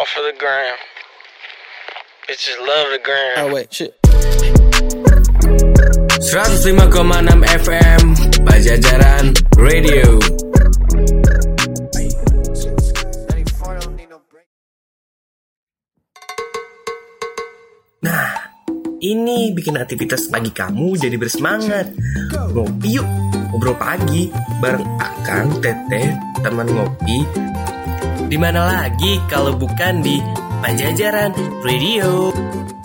all for the gram. Bitches love the gram. Oh wait, shit. 105,6 FM Pajajaran Radio. Nah, ini bikin aktivitas pagi kamu jadi bersemangat. Ngopi yuk, ngobrol pagi bareng Akang, Teteh, teman ngopi. Di mana lagi kalau bukan di Pajajaran Radio.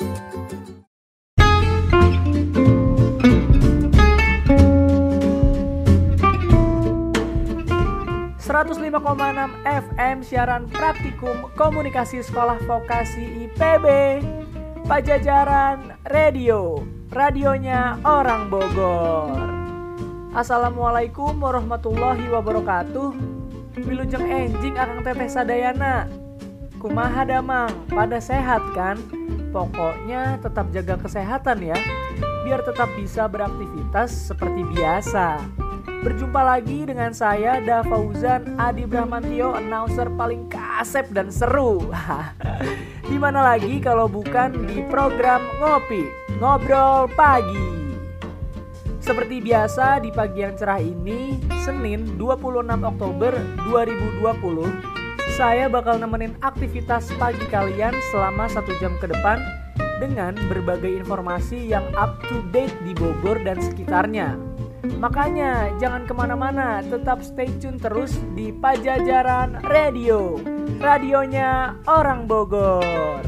FM siaran praktikum komunikasi sekolah vokasi IPB Pajajaran Radio, radionya orang Bogor. Assalamualaikum warahmatullahi wabarakatuh. Wilujeng enjing Akang Teteh Sadayana. Kumaha damang, pada sehat kan? Pokoknya tetap jaga kesehatan ya, biar tetap bisa beraktivitas seperti biasa. Berjumpa lagi dengan saya Dafauzan Adi Brahmantio, announcer paling kasep dan seru. Dimana lagi kalau bukan di program Ngopi, Ngobrol Pagi. Seperti biasa di pagi yang cerah ini, Senin 26 Oktober 2020, saya bakal nemenin aktivitas pagi kalian selama 1 jam ke depan dengan berbagai informasi yang up to date di Bogor dan sekitarnya. Makanya jangan kemana-mana, tetap stay tune terus di Pajajaran Radio, radionya orang Bogor.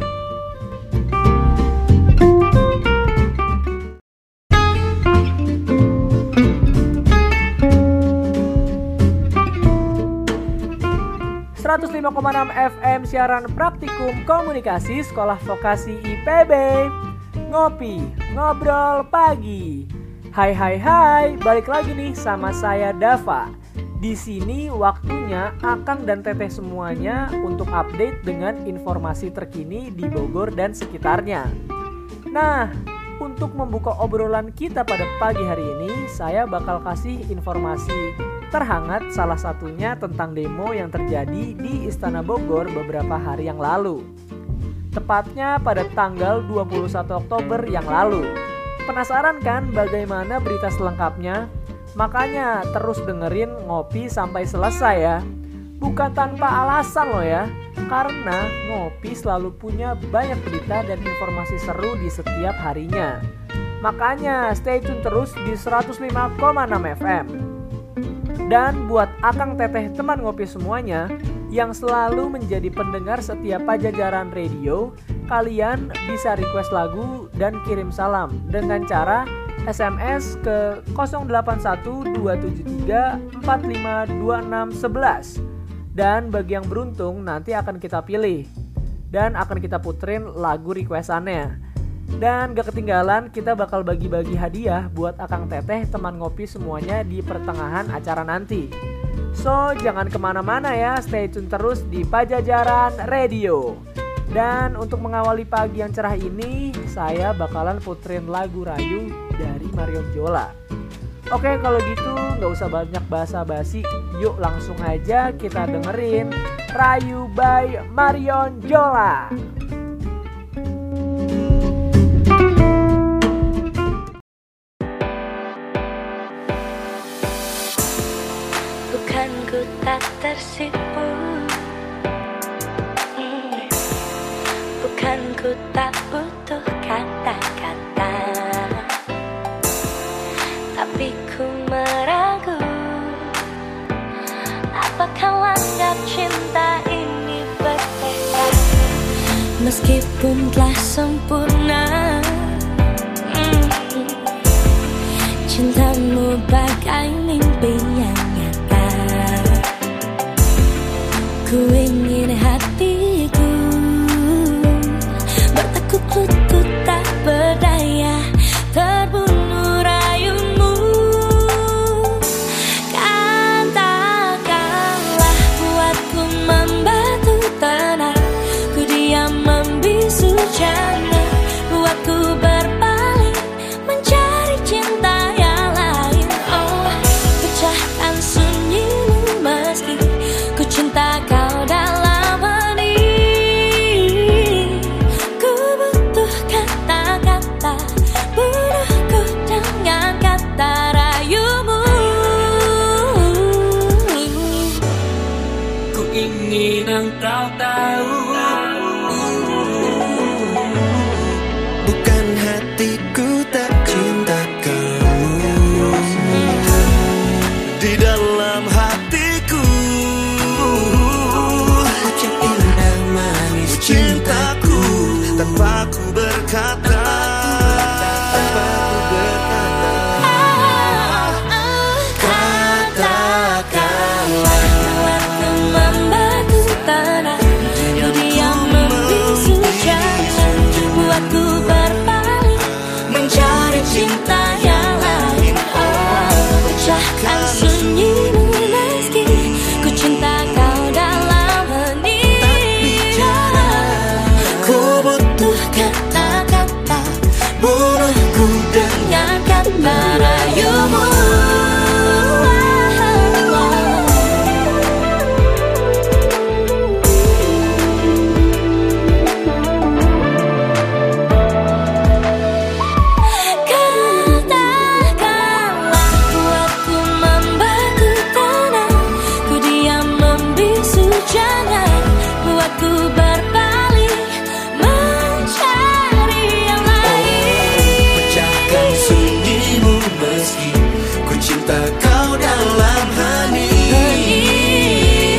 FM siaran praktikum komunikasi sekolah vokasi IPB. Ngopi, ngobrol pagi. Hai, balik lagi nih sama saya Dava. Di sini waktunya Akang dan Teteh semuanya untuk update dengan informasi terkini di Bogor dan sekitarnya. Nah, untuk membuka obrolan kita pada pagi hari ini, saya bakal kasih informasi terhangat, salah satunya tentang demo yang terjadi di Istana Bogor beberapa hari yang lalu. Tepatnya pada tanggal 21 Oktober yang lalu. Penasaran kan bagaimana berita selengkapnya? Makanya terus dengerin Ngopi sampai selesai ya. Bukan tanpa alasan loh ya. Karena Ngopi selalu punya banyak berita dan informasi seru di setiap harinya. Makanya stay tune terus di 105,6 FM. Dan buat Akang Teteh teman ngopi semuanya yang selalu menjadi pendengar setiap Pajajaran Radio, kalian bisa request lagu dan kirim salam dengan cara SMS ke 081273452611. Dan bagi yang beruntung nanti akan kita pilih dan akan kita puterin lagu requestannya. Dan gak ketinggalan kita bakal bagi-bagi hadiah buat Akang Teteh teman ngopi semuanya di pertengahan acara nanti. So jangan kemana-mana ya, stay tune terus di Pajajaran Radio. Dan untuk mengawali pagi yang cerah ini, saya bakalan puterin lagu Rayu dari Marion Jola. Oke, kalau gitu gak usah banyak basa-basi, yuk langsung aja kita dengerin Rayu by Marion Jola. Bukan ku tak tersipu, bukan ku tak butuh kata-kata, tapi ku meragu, apakah anggap cinta ini berbeda. Meskipun telah sempurna, cintamu bagai mimpi yang nyata. Ku ingin hatiku bertekuk lutut tak berdaya, terbunuh rayumu. Katakanlah buatku membatu tenang, ku diam membisu jangan buatku berbalik mencari cinta yang lain. Oh, pecahkan sunyimu meski ku cinta kau dalam hati. yang kau tahu. Bukan hatiku tak cinta kamu, di dalam hatiku ucap indah manis cintaku tanpa ku berkata, tanpa ku berkata. Katakanlah aku membatu tanah, ku diam membisu jangan buatku berpaling mencari cinta yang lain. Pecahkan sunyimu meski ku cinta kau dalam hening. Ku butuh kata-kata, buruhku dengan kata rayumu. Katakanlah buatku membatu tanah, ku diam membisu jangan buatku berpaling mencari yang lain. Pecahkan sunyimu meski ku cinta kau dalam hening.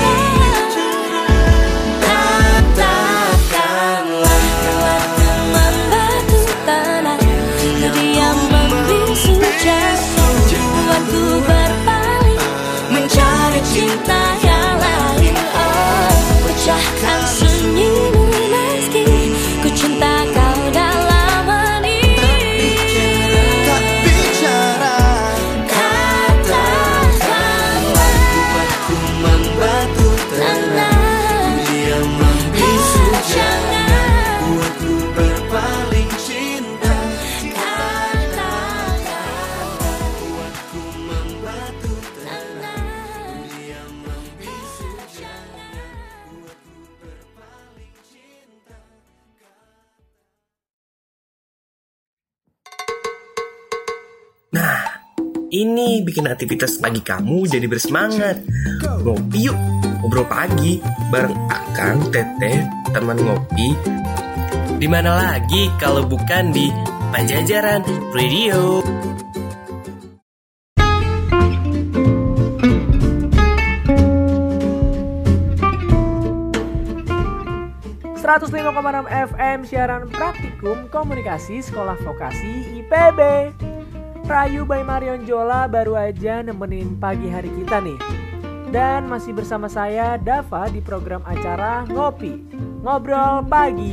Katakanlah buatku membatu tanah, ku diam membisu jangan buatku berpaling mencari cinta yang lain. Pecahkan sunyimu meski ku cinta kau dalam hening. Tak bicara, Katakanlah ku membatu tanah, ku diam membisu jangan buatku berpaling cinta. Ku membatu tanah, ku diam membisu jangan buatku berpaling cinta. Nah, ini bikin aktivitas pagi kamu jadi bersemangat. Ngopi yuk, ngobrol pagi bareng Akang, Teteh, teman ngopi. Di mana lagi kalau bukan di Pajajaran Radio. .6 FM siaran praktikum komunikasi sekolah vokasi IPB. Rayu by Marion Jola baru aja nemenin pagi hari kita nih. Dan masih bersama saya Dava di program acara Ngopi, Ngobrol Pagi.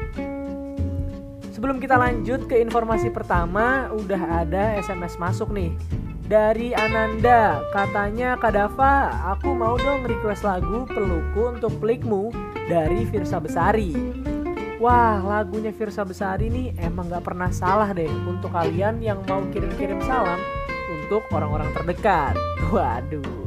Sebelum kita lanjut ke informasi pertama, udah ada SMS masuk nih dari Ananda. Katanya, Kak Dava, aku mau dong request lagu Pelukku Untuk Pelikmu dari Firsa Besari. Wah, lagunya Firsa Besari nih emang gak pernah salah deh untuk kalian yang mau kirim-kirim salam untuk orang-orang terdekat. Waduh.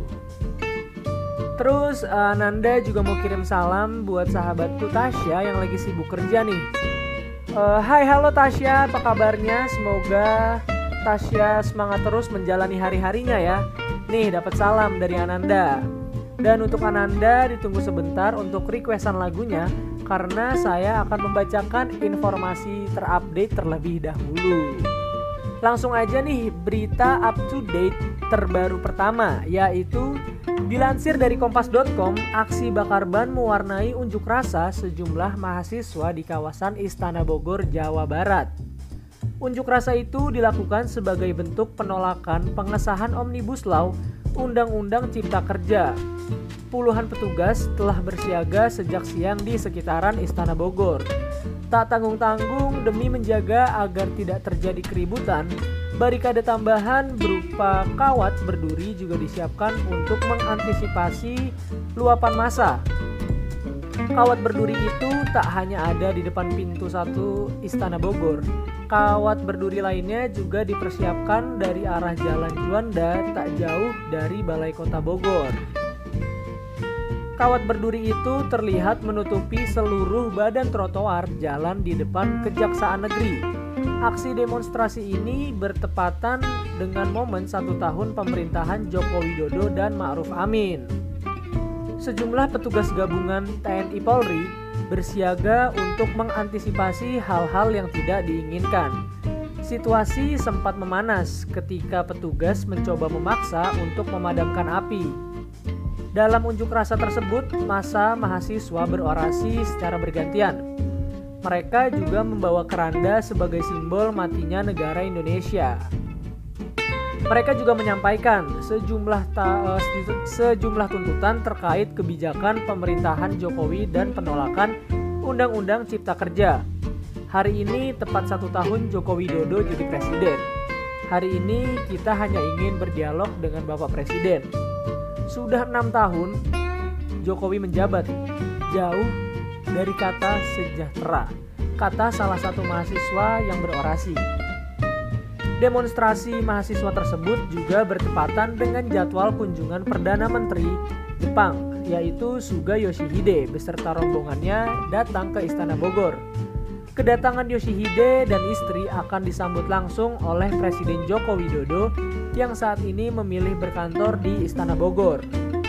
Terus Nanda juga mau kirim salam buat sahabatku Tasya yang lagi sibuk kerja nih. Hai, halo Tasya, apa kabarnya? Semoga Tasya semangat terus menjalani hari-harinya ya. Nih, dapat salam dari Ananda. Dan untuk Ananda ditunggu sebentar untuk requestan lagunya, karena saya akan membacakan informasi terupdate terlebih dahulu. Langsung aja nih berita up to date terbaru pertama, yaitu dilansir dari kompas.com, aksi bakar ban mewarnai unjuk rasa sejumlah mahasiswa di kawasan Istana Bogor, Jawa Barat. Unjuk rasa itu dilakukan sebagai bentuk penolakan pengesahan Omnibus Law Undang-Undang Cipta Kerja. Puluhan petugas telah bersiaga sejak siang di sekitaran Istana Bogor. Tak tanggung-tanggung demi menjaga agar tidak terjadi keributan, barikade tambahan berupa kawat berduri juga disiapkan untuk mengantisipasi luapan massa. Kawat berduri itu tak hanya ada di depan pintu 1 Istana Bogor. Kawat berduri lainnya juga dipersiapkan dari arah Jalan Juanda tak jauh dari Balai Kota Bogor. Kawat berduri itu terlihat menutupi seluruh badan trotoar jalan di depan Kejaksaan Negeri. Aksi demonstrasi ini bertepatan dengan momen 1 tahun pemerintahan Joko Widodo dan Ma'ruf Amin. Sejumlah petugas gabungan TNI Polri bersiaga untuk mengantisipasi hal-hal yang tidak diinginkan. Situasi sempat memanas ketika petugas mencoba memaksa untuk memadamkan api. Dalam unjuk rasa tersebut, massa mahasiswa berorasi secara bergantian. Mereka juga membawa keranda sebagai simbol matinya negara Indonesia. Mereka juga menyampaikan sejumlah tuntutan terkait kebijakan pemerintahan Jokowi dan penolakan Undang-Undang Cipta Kerja. Hari ini tepat 1 tahun Joko Widodo jadi presiden. Hari ini kita hanya ingin berdialog dengan Bapak Presiden. Sudah 6 tahun Jokowi menjabat, jauh dari kata sejahtera, kata salah satu mahasiswa yang berorasi. Demonstrasi mahasiswa tersebut juga bertepatan dengan jadwal kunjungan Perdana Menteri Jepang, yaitu Suga Yoshihide beserta rombongannya datang ke Istana Bogor. Kedatangan Yoshihide dan istri akan disambut langsung oleh Presiden Joko Widodo yang saat ini memilih berkantor di Istana Bogor.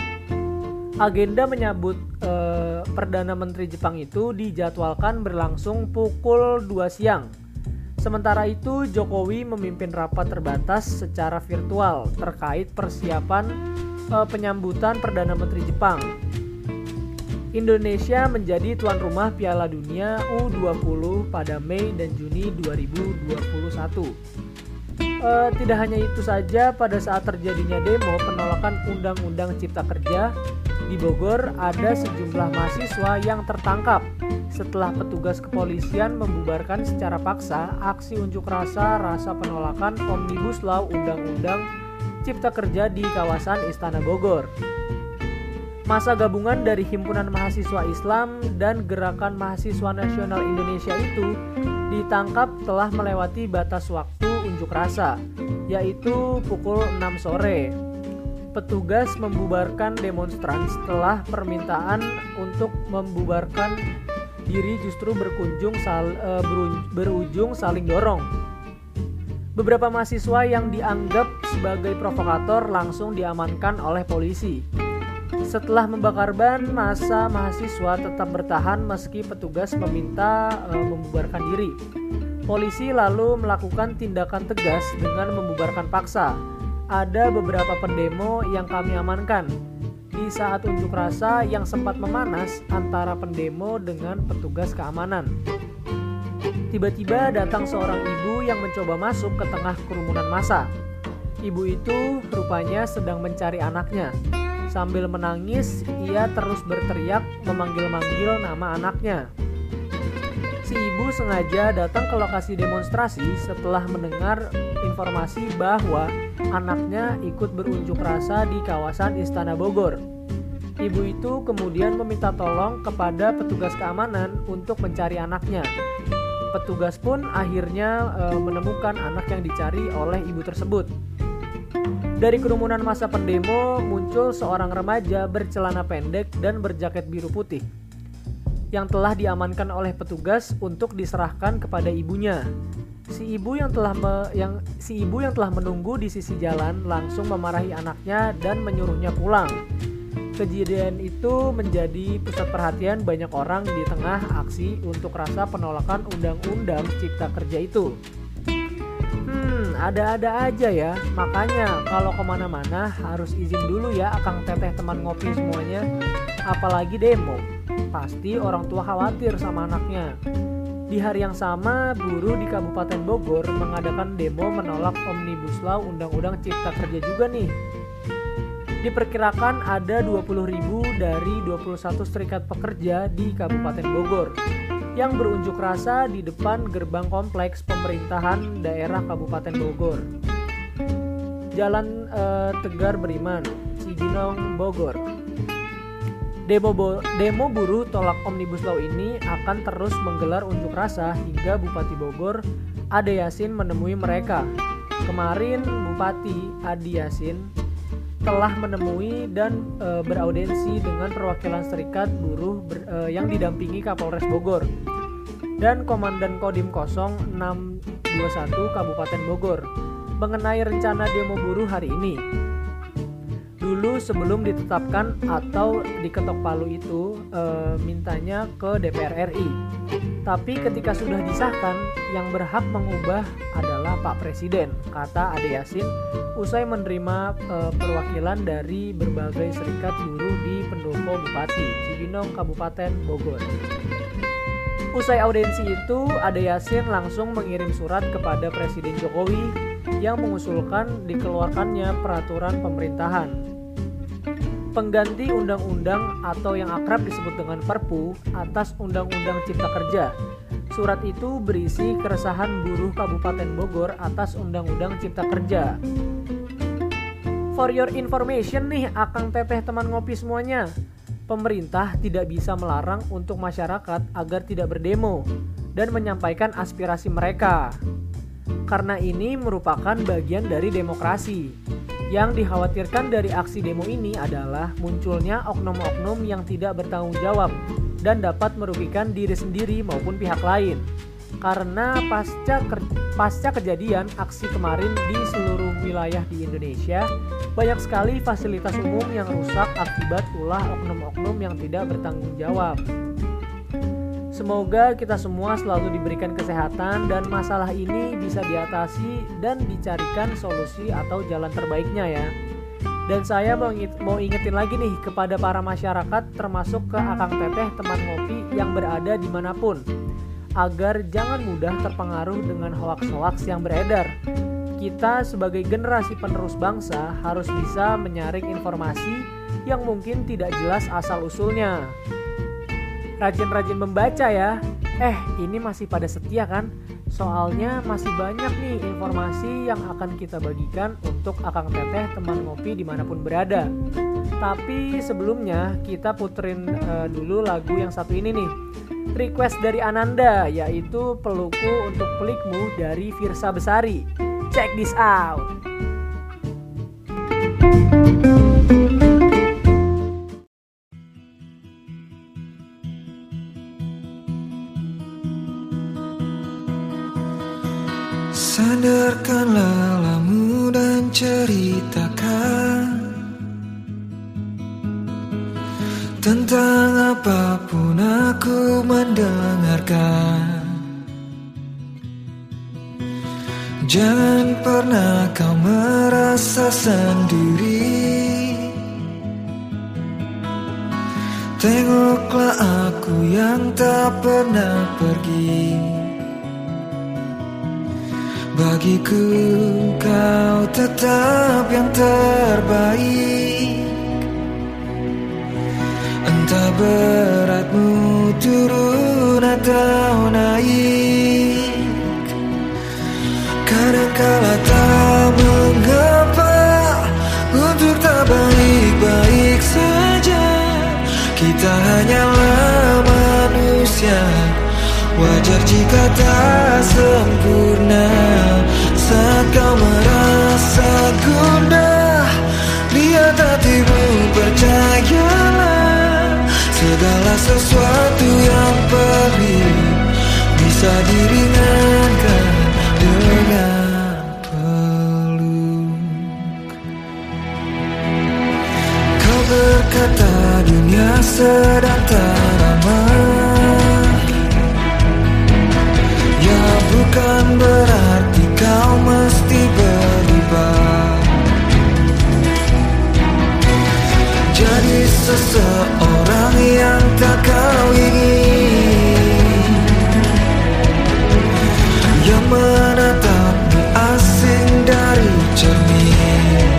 Agenda menyambut Perdana Menteri Jepang itu dijadwalkan berlangsung pukul 2 siang. Sementara itu, Jokowi memimpin rapat terbatas secara virtual terkait persiapan penyambutan Perdana Menteri Jepang. Indonesia menjadi tuan rumah Piala Dunia U20 pada Mei dan Juni 2021. Tidak hanya itu saja, pada saat terjadinya demo penolakan Undang-Undang Cipta Kerja di Bogor, ada sejumlah mahasiswa yang tertangkap setelah petugas kepolisian membubarkan secara paksa aksi unjuk rasa penolakan Omnibus Law Undang-Undang Cipta Kerja di kawasan Istana Bogor. Massa gabungan dari Himpunan Mahasiswa Islam dan Gerakan Mahasiswa Nasional Indonesia itu ditangkap telah melewati batas waktu unjuk rasa, yaitu pukul 6 sore. Petugas membubarkan demonstran setelah permintaan untuk membubarkan diri justru berujung saling dorong. Beberapa mahasiswa yang dianggap sebagai provokator langsung diamankan oleh polisi. Setelah membakar ban, massa mahasiswa tetap bertahan meski petugas meminta membubarkan diri. Polisi lalu melakukan tindakan tegas dengan membubarkan paksa. Ada beberapa pendemo yang kami amankan di saat unjuk rasa yang sempat memanas antara pendemo dengan petugas keamanan. Tiba-tiba datang seorang ibu yang mencoba masuk ke tengah kerumunan massa. Ibu itu rupanya sedang mencari anaknya. Sambil menangis, ia terus berteriak memanggil-manggil nama anaknya. Si ibu sengaja datang ke lokasi demonstrasi setelah mendengar informasi bahwa anaknya ikut berunjuk rasa di kawasan Istana Bogor. Ibu itu kemudian meminta tolong kepada petugas keamanan untuk mencari anaknya. Petugas pun akhirnya menemukan anak yang dicari oleh ibu tersebut. Dari kerumunan massa pendemo muncul seorang remaja bercelana pendek dan berjaket biru putih yang telah diamankan oleh petugas untuk diserahkan kepada ibunya. Si ibu yang telah menunggu di sisi jalan langsung memarahi anaknya dan menyuruhnya pulang. Kejadian itu menjadi pusat perhatian banyak orang di tengah aksi unjuk rasa penolakan Undang-Undang Cipta Kerja itu. Ada-ada aja ya. Makanya kalau kemana-mana harus izin dulu ya akang teteh teman ngopi semuanya. Apalagi demo. Pasti orang tua khawatir sama anaknya. Di hari yang sama, buruh di Kabupaten Bogor mengadakan demo menolak Omnibus Law Undang-Undang Cipta Kerja juga nih. Diperkirakan ada 20.000 dari 21 serikat pekerja di Kabupaten Bogor yang berunjuk rasa di depan gerbang kompleks pemerintahan daerah Kabupaten Bogor. Jalan Tegar Beriman, Cibinong, Bogor. Demo buruh tolak Omnibus Law ini akan terus menggelar unjuk rasa hingga Bupati Bogor, Ade Yasin, menemui mereka. Kemarin Bupati Ade Yasin telah menemui dan beraudensi dengan perwakilan serikat buruh yang didampingi Kapolres Bogor dan Komandan Kodim 0621 Kabupaten Bogor mengenai rencana demo buruh hari ini. dulu sebelum ditetapkan atau diketok palu itu mintanya ke DPR RI. Tapi ketika sudah disahkan, yang berhak mengubah adalah Pak Presiden, kata Ade Yasin usai menerima perwakilan dari berbagai serikat buruh di Pendopo Bupati, Cibinong, Kabupaten Bogor. Usai audiensi itu, Ade Yasin langsung mengirim surat kepada Presiden Jokowi yang mengusulkan dikeluarkannya peraturan pemerintahan pengganti undang-undang atau yang akrab disebut dengan Perpu atas Undang-Undang Cipta Kerja. Surat itu berisi keresahan buruh Kabupaten Bogor atas Undang-Undang Cipta Kerja. For your information nih Akang Teteh teman ngopi semuanya, pemerintah tidak bisa melarang untuk masyarakat agar tidak berdemo dan menyampaikan aspirasi mereka. Karena ini merupakan bagian dari demokrasi. Yang dikhawatirkan dari aksi demo ini adalah munculnya oknum-oknum yang tidak bertanggung jawab dan dapat merugikan diri sendiri maupun pihak lain. Karena pasca kejadian aksi kemarin di seluruh wilayah di Indonesia, banyak sekali fasilitas umum yang rusak akibat ulah oknum-oknum yang tidak bertanggung jawab. Semoga kita semua selalu diberikan kesehatan dan masalah ini bisa diatasi dan dicarikan solusi atau jalan terbaiknya ya. Dan saya mau ingetin lagi nih kepada para masyarakat termasuk ke Akang Teteh teman ngopi yang berada dimanapun, agar jangan mudah terpengaruh dengan hoaks-hoaks yang beredar. Kita sebagai generasi penerus bangsa harus bisa menyaring informasi yang mungkin tidak jelas asal-usulnya. Rajin-rajin membaca ya. Ini masih pada setia kan? Soalnya masih banyak nih informasi yang akan kita bagikan untuk Akang Teteh teman ngopi dimanapun berada. Tapi sebelumnya kita puterin dulu lagu yang satu ini nih. Request dari Ananda, yaitu Pelukku Untuk Pelikmu dari Virsa Besari. Check this out. Sandarkanlah lelamu dan ceritakan tentang apapun aku mendengarkan. Jangan pernah kau merasa sendiri. Tengoklah aku yang tak pernah pergi. Bagiku kau tetap yang terbaik. Entah beratmu turun atau naik. Kadangkala tak mengapa untuk tak baik-baik saja. Kita hanyalah manusia, wajar jika tak sempurna. Saat kau merasa gundah, lihat hatimu, percayalah. Segala sesuatu yang perih bisa diringankan dengan peluk. Kau berkata dunia sedang tak ramah. Ya bukan berarti kau mesti berubah. Jadi seseorang yang tak kau ingin, yang menatapmu asing dari cermin.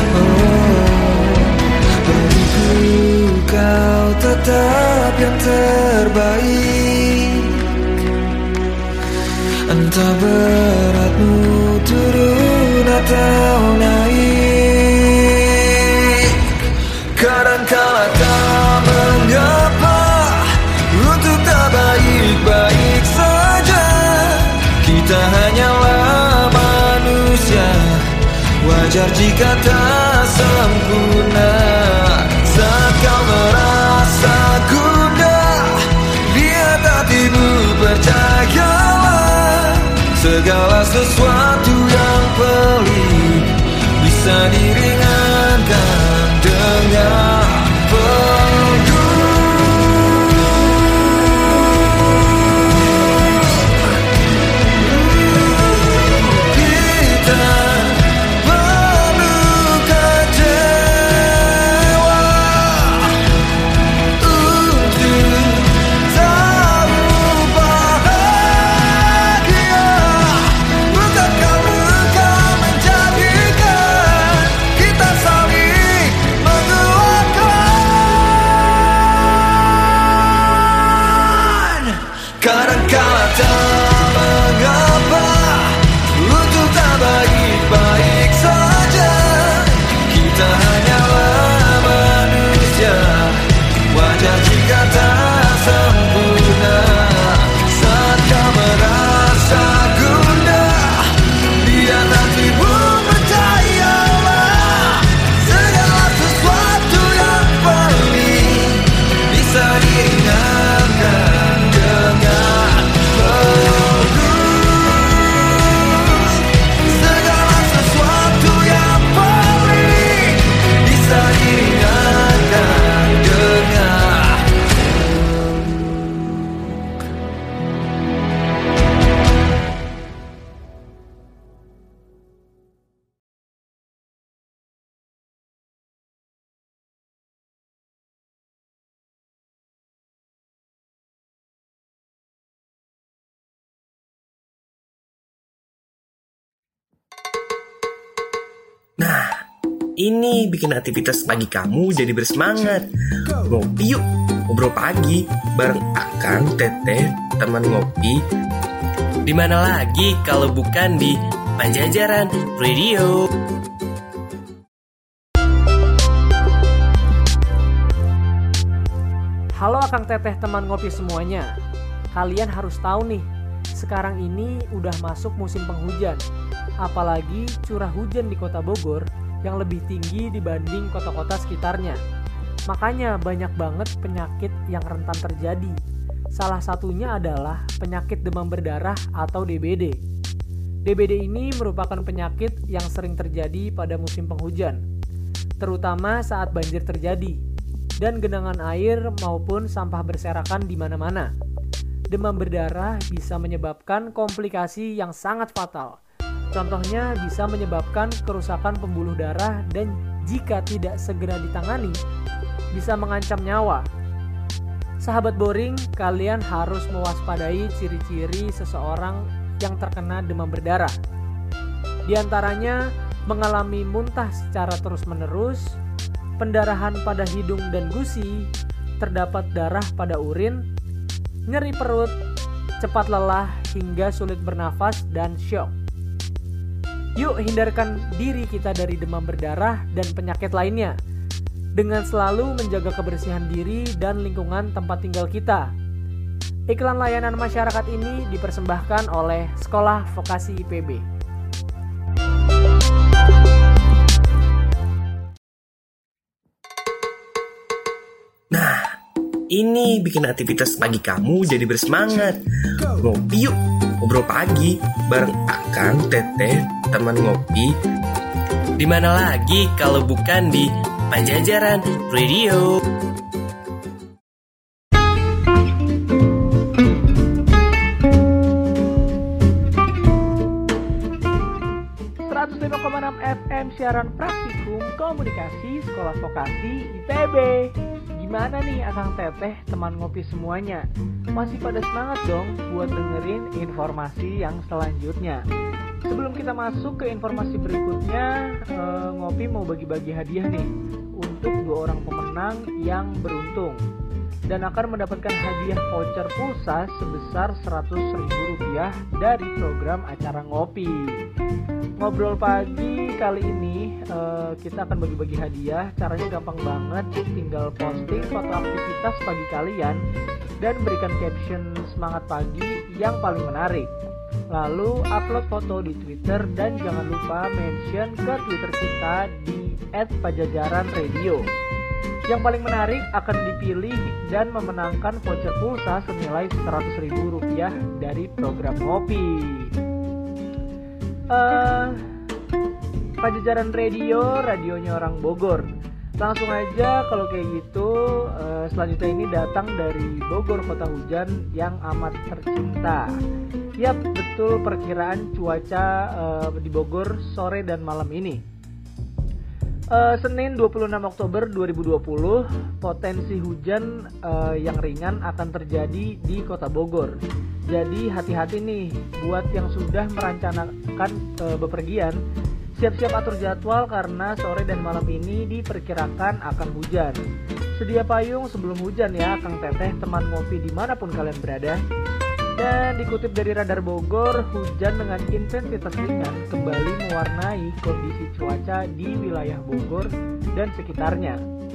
Bagiku kau tetap yang terbaik. Entah beratmu turun atau naik. Kadangkala tak mengapa untuk tak baik-baik saja. Kita hanyalah manusia, wajar jika tak sempurna. Saat kau merasa gundah, lihat hatimu, percayalah. Segala sesuatu yang pelik bisa diringankan Kadangkala tak mengapa untuk tak baik-baik saja. Kita hanyalah manusia, wajar jika tak sempurna. Saat kau merasa gundah, biar nanti percayalah, segala sesuatu yang paling bisa diingatkan dengan bagus. Segala sesuatu yang paling bisa diingatkan dengan Nah, ini bikin aktivitas pagi kamu jadi bersemangat. Ngopi yuk, ngobrol pagi bareng Akang, Teteh, teman ngopi. Di mana lagi kalau bukan di Pajajaran Radio. Halo Akang Teteh teman ngopi semuanya. Kalian harus tahu nih, sekarang ini udah masuk musim penghujan. Apalagi curah hujan di kota Bogor yang lebih tinggi dibanding kota-kota sekitarnya. Makanya banyak banget penyakit yang rentan terjadi. Salah satunya adalah penyakit demam berdarah atau DBD. DBD ini merupakan penyakit yang sering terjadi pada musim penghujan, terutama saat banjir terjadi dan genangan air maupun sampah berserakan di mana-mana. Demam berdarah bisa menyebabkan komplikasi yang sangat fatal. Contohnya bisa menyebabkan kerusakan pembuluh darah dan jika tidak segera ditangani, bisa mengancam nyawa. Sahabat boring, kalian harus mewaspadai ciri-ciri seseorang yang terkena demam berdarah. Di antaranya, mengalami muntah secara terus-menerus, pendarahan pada hidung dan gusi, terdapat darah pada urin, nyeri perut, cepat lelah hingga sulit bernafas, dan syok. Yuk hindarkan diri kita dari demam berdarah dan penyakit lainnya dengan selalu menjaga kebersihan diri dan lingkungan tempat tinggal kita. Iklan layanan masyarakat ini dipersembahkan oleh Sekolah Vokasi IPB. Nah, ini bikin aktivitas pagi kamu jadi bersemangat. Ngopi yuk, ngobrol pagi bareng Akang, Teteh, teman ngopi. Di mana lagi kalau bukan di Pajajaran Radio. FM siaran praktikum komunikasi Sekolah Vokasi IPB. Gimana nih Akang Teteh teman ngopi semuanya? Masih pada semangat dong buat dengerin informasi yang selanjutnya. Sebelum kita masuk ke informasi berikutnya, Ngopi mau bagi-bagi hadiah nih untuk 2 orang pemenang yang beruntung dan akan mendapatkan hadiah voucher pulsa sebesar Rp100.000 dari program acara Ngopi. Ngobrol pagi kali ini kita akan bagi-bagi hadiah. Caranya gampang banget, tinggal posting foto aktivitas pagi kalian dan berikan caption semangat pagi yang paling menarik. Lalu upload foto di Twitter dan jangan lupa mention ke Twitter kita di @pajajaranradio. Yang paling menarik akan dipilih dan memenangkan voucher pulsa senilai Rp100.000 dari program Ngopi. Pajajaran Radio, radionya orang Bogor. Langsung aja kalau kayak gitu. Selanjutnya ini datang dari Bogor, kota hujan yang amat tercinta. Yap, betul perkiraan cuaca di Bogor sore dan malam ini. Senin 26 Oktober 2020, potensi hujan yang ringan akan terjadi di kota Bogor. Jadi hati-hati nih buat yang sudah merencanakan bepergian. Siap-siap atur jadwal karena sore dan malam ini diperkirakan akan hujan. Sedia payung sebelum hujan ya Kang Teteh, teman ngopi dimanapun kalian berada. Dan dikutip dari Radar Bogor, hujan dengan intensitas ringan kembali mewarnai kondisi cuaca di wilayah Bogor dan sekitarnya.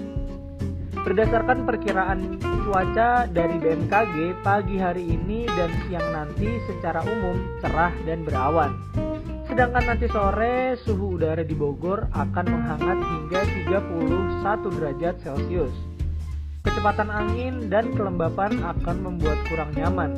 Berdasarkan perkiraan cuaca dari BMKG, pagi hari ini dan siang nanti secara umum cerah dan berawan. Sedangkan nanti sore suhu udara di Bogor akan menghangat hingga 31 derajat Celcius. Kecepatan angin dan kelembapan akan membuat kurang nyaman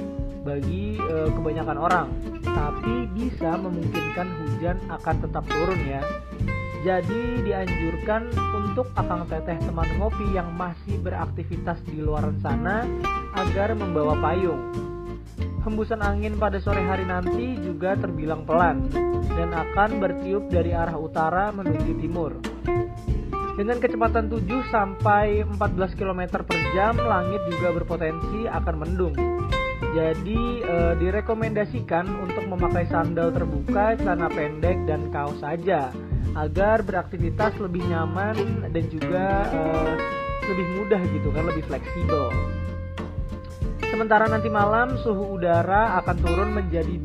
bagi kebanyakan orang, tapi bisa memungkinkan hujan akan tetap turun ya. Jadi dianjurkan untuk akang teteh teman ngopi yang masih beraktivitas di luar sana agar membawa payung. Hembusan angin pada sore hari nanti juga terbilang pelan dan akan bertiup dari arah utara menuju timur. Dengan kecepatan 7 sampai 14 km per jam, langit juga berpotensi akan mendung. Jadi direkomendasikan untuk memakai sandal terbuka, celana pendek, dan kaos saja agar beraktivitas lebih nyaman dan juga lebih mudah gitu kan, lebih fleksibel. Sementara nanti malam suhu udara akan turun menjadi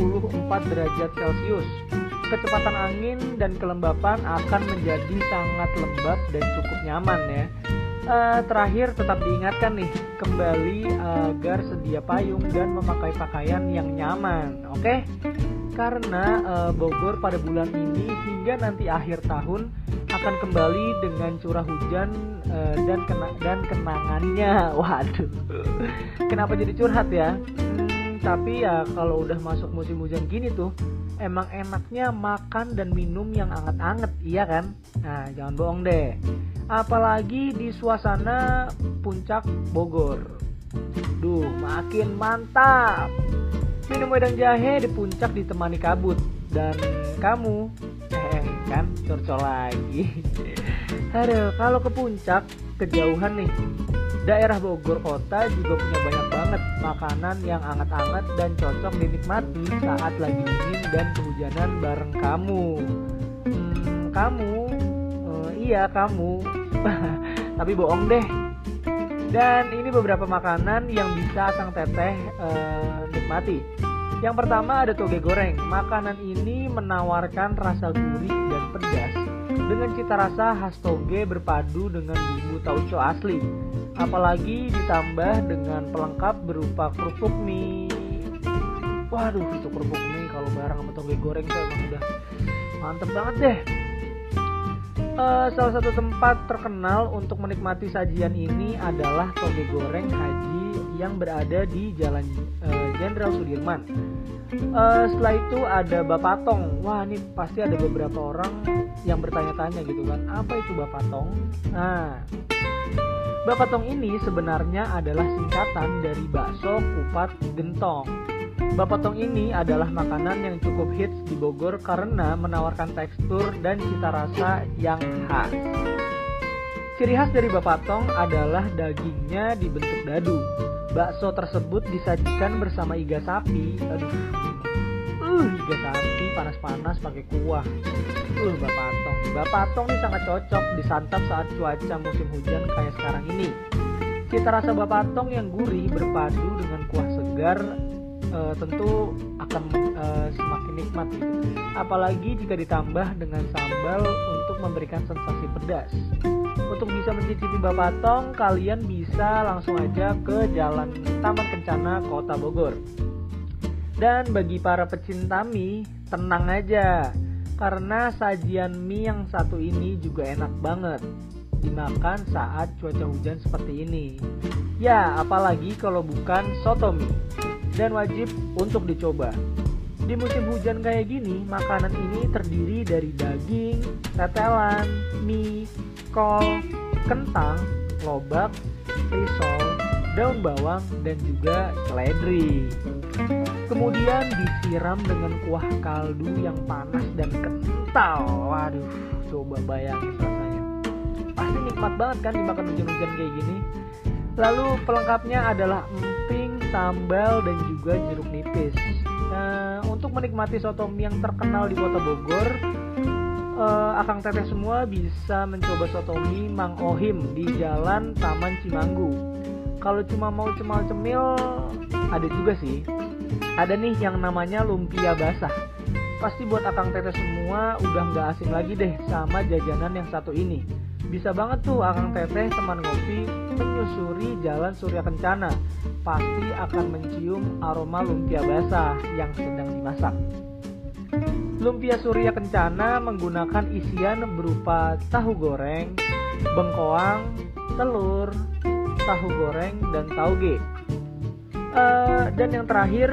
24 derajat Celcius. Kecepatan angin dan kelembapan akan menjadi sangat lembab dan cukup nyaman ya. Terakhir tetap diingatkan nih, kembali agar sedia payung dan memakai pakaian yang nyaman, oke? Karena Bogor pada bulan ini hingga nanti akhir tahun akan kembali dengan curah hujan dan kenangannya. Waduh, kenapa jadi curhat ya? Tapi ya kalau udah masuk musim hujan gini tuh, emang enaknya makan dan minum yang anget-anget, iya kan? Nah, jangan bohong deh. Apalagi di suasana puncak Bogor. Duh, makin mantap. Minum wedang jahe di puncak ditemani kabut. Dan kamu, kan curcol lagi. Aduh, kalau ke puncak, kejauhan nih. Daerah Bogor kota juga punya banyak banget makanan yang anget-anget dan cocok dinikmati saat lagi dingin dan kehujanan bareng kamu. Iya kamu. Tapi bohong deh. Dan ini beberapa makanan yang bisa Kang Teteh nikmati. Yang pertama ada toge goreng. Makanan ini menawarkan rasa gurih dan pedas dengan cita rasa khas toge berpadu dengan bumbu tauco asli. Apalagi ditambah dengan pelengkap berupa kerupuk mie. Waduh, itu kerupuk mie kalau bareng sama toge goreng tuh emang udah mantep banget deh. Salah satu tempat terkenal untuk menikmati sajian ini adalah toge goreng Haji yang berada di Jalan Jenderal Sudirman. Setelah itu ada Bapatong. Wah, ini pasti ada beberapa orang yang bertanya-tanya gitu kan, apa itu Bapatong? Nah, Bapatong ini sebenarnya adalah singkatan dari bakso kupat gentong. Bapatong ini adalah makanan yang cukup hits di Bogor karena menawarkan tekstur dan cita rasa yang khas. Ciri khas dari Bapatong adalah dagingnya dibentuk dadu. Bakso tersebut disajikan bersama iga sapi. Iga sapi panas-panas pakai kuah. Bapatong ini sangat cocok disantap saat cuaca musim hujan kayak sekarang ini. Cita rasa Bapatong yang gurih berpadu dengan kuah segar tentu akan semakin nikmat gitu. Apalagi jika ditambah dengan sambal untuk memberikan sensasi pedas. Untuk bisa mencicipi Bapatong, kalian bisa langsung aja ke Jalan Taman Kencana, Kota Bogor. Dan bagi para pecinta mie, tenang aja, karena sajian mie yang satu ini juga enak banget dimakan saat cuaca hujan seperti ini. Ya, apalagi kalau bukan soto mie. Dan wajib untuk dicoba. Di musim hujan kayak gini, makanan ini terdiri dari daging, tetelan, mie, kol, kentang, lobak, risol, daun bawang, dan juga seledri. Kemudian disiram dengan kuah kaldu yang panas dan kental. Waduh, coba bayangin rasanya. Pasti nikmat banget kan dimakan hujan-hujan kayak gini. Lalu pelengkapnya adalah emping, sambal, dan juga jeruk nipis. Nah, untuk menikmati soto mie yang terkenal di Kota Bogor, Akang Teteh semua bisa mencoba soto mie Mang Ohim di Jalan Taman Cimanggu. Kalau cuma mau cemil-cemil, ada juga sih. Ada nih yang namanya lumpia basah. Pasti buat akang teteh semua udah gak asing lagi deh sama jajanan yang satu ini. Bisa banget tuh akang teteh teman ngopi menyusuri jalan Surya Kencana, pasti akan mencium aroma lumpia basah yang sedang dimasak. Lumpia Surya Kencana menggunakan isian berupa tahu goreng, bengkoang, telur, tahu goreng, dan tauge. Dan yang terakhir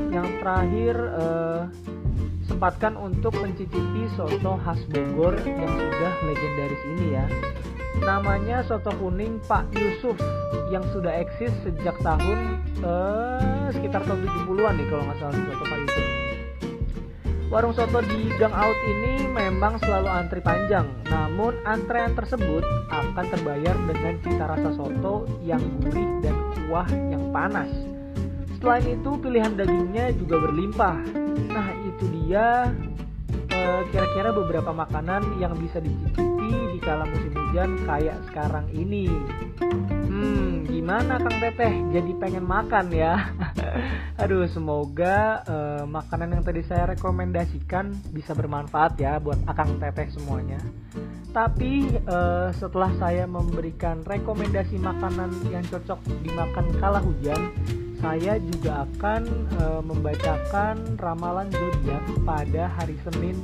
sempatkan untuk mencicipi soto khas Bogor yang sudah legendaris ini ya. Namanya soto kuning Pak Yusuf yang sudah eksis sejak tahun sekitar tahun 70-an nih kalau nggak salah, soto Pak Yusuf. Warung soto di Gang Out ini memang selalu antri panjang, namun antrean tersebut akan terbayar dengan cita rasa soto yang gurih dan kuah yang panas. Selain itu pilihan dagingnya juga berlimpah. Nah itu dia kira-kira beberapa makanan yang bisa dicicipi di kala musim hujan kayak sekarang ini. Gimana Kang Teteh? Jadi pengen makan ya. Aduh, semoga makanan yang tadi saya rekomendasikan bisa bermanfaat ya buat Akang Teteh semuanya. Tapi setelah saya memberikan rekomendasi makanan yang cocok dimakan kala hujan, saya juga akan membacakan ramalan zodiak pada hari Senin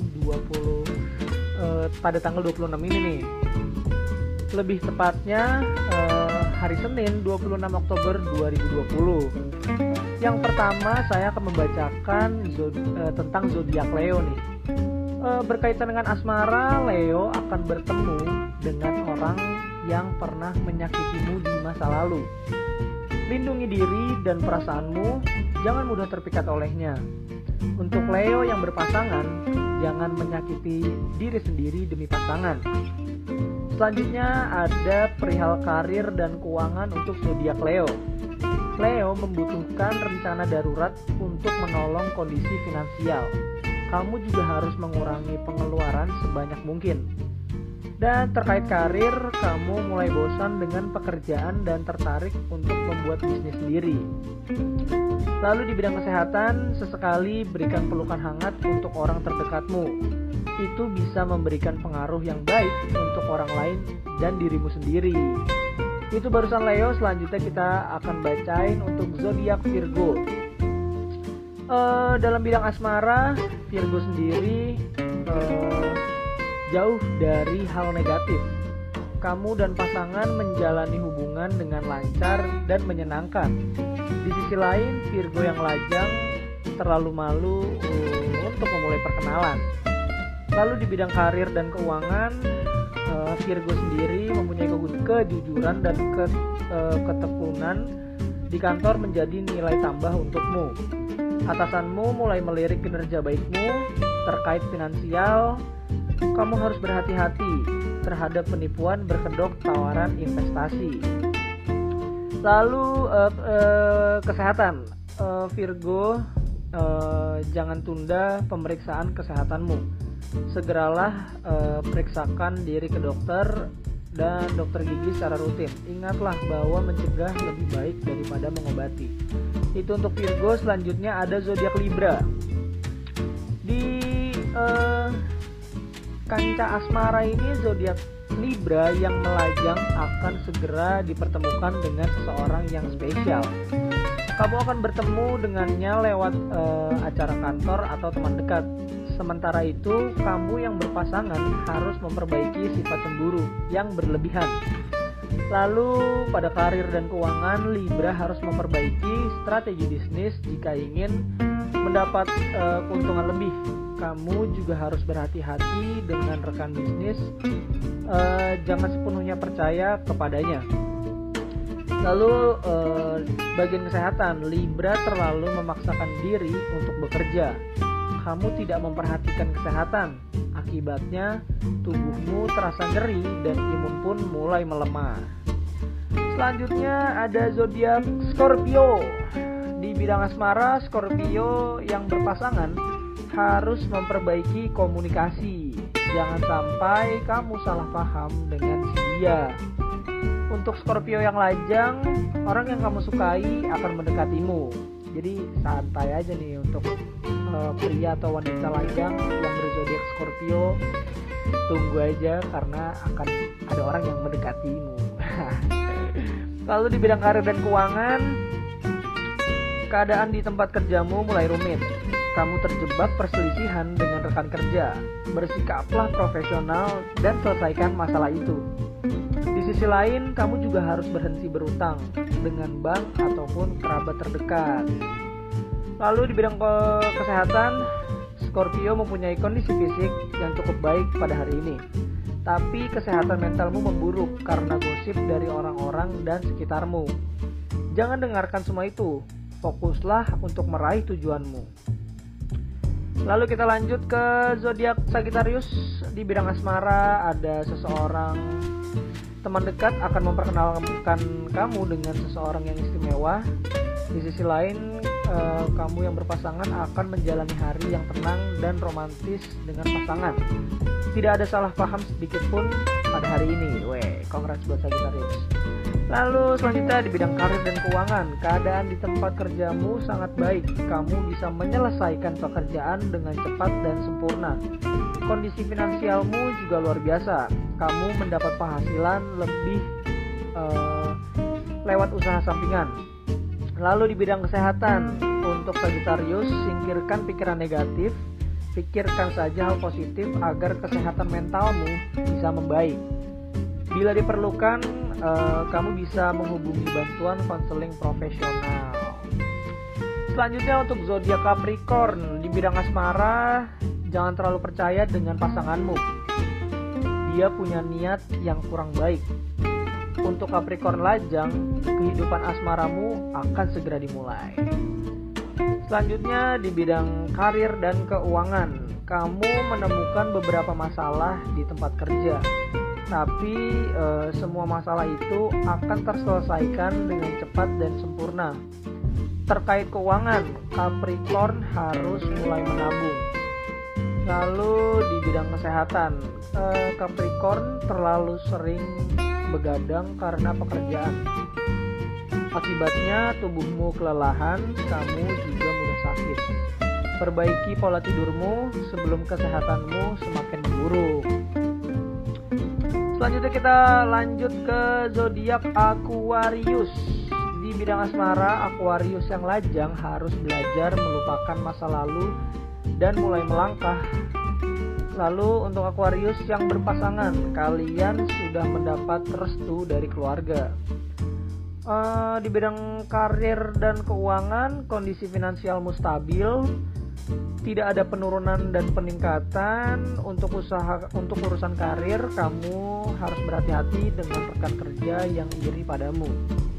pada tanggal 26 ini nih. Lebih tepatnya hari Senin 26 Oktober 2020. Yang pertama saya akan membacakan tentang zodiak Leo nih. Berkaitan dengan asmara, Leo akan bertemu dengan orang yang pernah menyakitimu di masa lalu. Lindungi diri dan perasaanmu, jangan mudah terpikat olehnya. Untuk Leo yang berpasangan, jangan menyakiti diri sendiri demi pasangan. Selanjutnya ada perihal karir dan keuangan untuk zodiak Leo. Leo membutuhkan rencana darurat untuk menolong kondisi finansial. Kamu juga harus mengurangi pengeluaran sebanyak mungkin. Dan terkait karir, kamu mulai bosan dengan pekerjaan dan tertarik untuk membuat bisnis sendiri. Lalu di bidang kesehatan, sesekali berikan pelukan hangat untuk orang terdekatmu. Itu bisa memberikan pengaruh yang baik untuk orang lain dan dirimu sendiri. Itu barusan Leo. Selanjutnya kita akan bacain untuk zodiak Virgo. Dalam bidang asmara, Virgo sendiri jauh dari hal negatif. Kamu dan pasangan menjalani hubungan dengan lancar dan menyenangkan. Di sisi lain, Virgo yang lajang terlalu malu untuk memulai perkenalan. Lalu di bidang karir dan keuangan, Virgo sendiri mempunyai kejujuran dan ketekunan di kantor menjadi nilai tambah untukmu. Atasanmu mulai melirik kinerja baikmu terkait finansial. Kamu harus berhati-hati terhadap penipuan berkedok tawaran investasi. Lalu kesehatan, Virgo, jangan tunda pemeriksaan kesehatanmu. Segeralah periksakan diri ke dokter dan dokter gigi secara rutin. Ingatlah bahwa mencegah lebih baik daripada mengobati. Itu untuk Virgo. Selanjutnya ada zodiak Libra. Di kancah asmara ini, zodiak Libra yang melajang akan segera dipertemukan dengan seseorang yang spesial. Kamu akan bertemu dengannya lewat acara kantor atau teman dekat. Sementara itu, kamu yang berpasangan harus memperbaiki sifat cemburu yang berlebihan. Lalu pada karir dan keuangan, Libra harus memperbaiki strategi bisnis jika ingin mendapat keuntungan lebih. Kamu juga harus berhati-hati dengan rekan bisnis, jangan sepenuhnya percaya kepadanya. Lalu bagian kesehatan, Libra terlalu memaksakan diri untuk bekerja. Kamu tidak memperhatikan kesehatan, akibatnya tubuhmu terasa nyeri dan imun pun mulai melemah. Selanjutnya ada zodiak Scorpio. Di bidang asmara, Scorpio yang berpasangan harus memperbaiki komunikasi. Jangan sampai kamu salah paham dengan si dia. Untuk Scorpio yang lajang, orang yang kamu sukai akan mendekatimu. Jadi santai aja nih untuk pria atau wanita lajang yang berzodiak Scorpio. Tunggu aja karena akan ada orang yang mendekatimu. Lalu di bidang karir dan keuangan, keadaan di tempat kerjamu mulai rumit. Kamu terjebak perselisihan dengan rekan kerja. Bersikaplah profesional dan selesaikan masalah itu. Di sisi lain, kamu juga harus berhenti berutang dengan bank ataupun kerabat terdekat. Lalu di bidang kesehatan, Scorpio mempunyai kondisi fisik yang cukup baik pada hari ini. Tapi kesehatan mentalmu memburuk karena gosip dari orang-orang dan sekitarmu. Jangan dengarkan semua itu. Fokuslah untuk meraih tujuanmu. Lalu kita lanjut ke zodiak Sagittarius. Di bidang asmara, ada seseorang teman dekat akan memperkenalkan kamu dengan seseorang yang istimewa. Di sisi lain, kamu yang berpasangan akan menjalani hari yang tenang dan romantis dengan pasangan. Tidak ada salah paham sedikit pun pada hari ini. Congrats buat Sagittarius. Lalu selanjutnya di bidang karir dan keuangan, keadaan di tempat kerjamu sangat baik. Kamu bisa menyelesaikan pekerjaan dengan cepat dan sempurna. Kondisi finansialmu juga luar biasa. Kamu mendapat penghasilan lebih lewat usaha sampingan. Lalu di bidang kesehatan, untuk Sagittarius, singkirkan pikiran negatif. Pikirkan saja hal positif agar kesehatan mentalmu bisa membaik. Bila diperlukan, kamu bisa menghubungi bantuan konseling profesional. Selanjutnya untuk zodiak Capricorn, di bidang asmara, jangan terlalu percaya dengan pasanganmu. Dia punya niat yang kurang baik. Untuk Capricorn lajang, kehidupan asmaramu akan segera dimulai. Selanjutnya di bidang karir dan keuangan, kamu menemukan beberapa masalah di tempat kerja. Tapi semua masalah itu akan terselesaikan dengan cepat dan sempurna. Terkait keuangan, Capricorn harus mulai menabung. Lalu di bidang kesehatan, Capricorn terlalu sering begadang karena pekerjaan. Akibatnya tubuhmu kelelahan, kamu juga mudah sakit. Perbaiki pola tidurmu sebelum kesehatanmu semakin memburuk. Selanjutnya kita lanjut ke zodiak Aquarius. Di bidang asmara, Aquarius yang lajang harus belajar melupakan masa lalu dan mulai melangkah. Lalu untuk Aquarius yang berpasangan, kalian sudah mendapat restu dari keluarga. Di bidang karir dan keuangan, kondisi finansialmu stabil. Tidak ada penurunan dan peningkatan. Untuk urusan karir, kamu harus berhati-hati dengan rekan kerja yang iri padamu.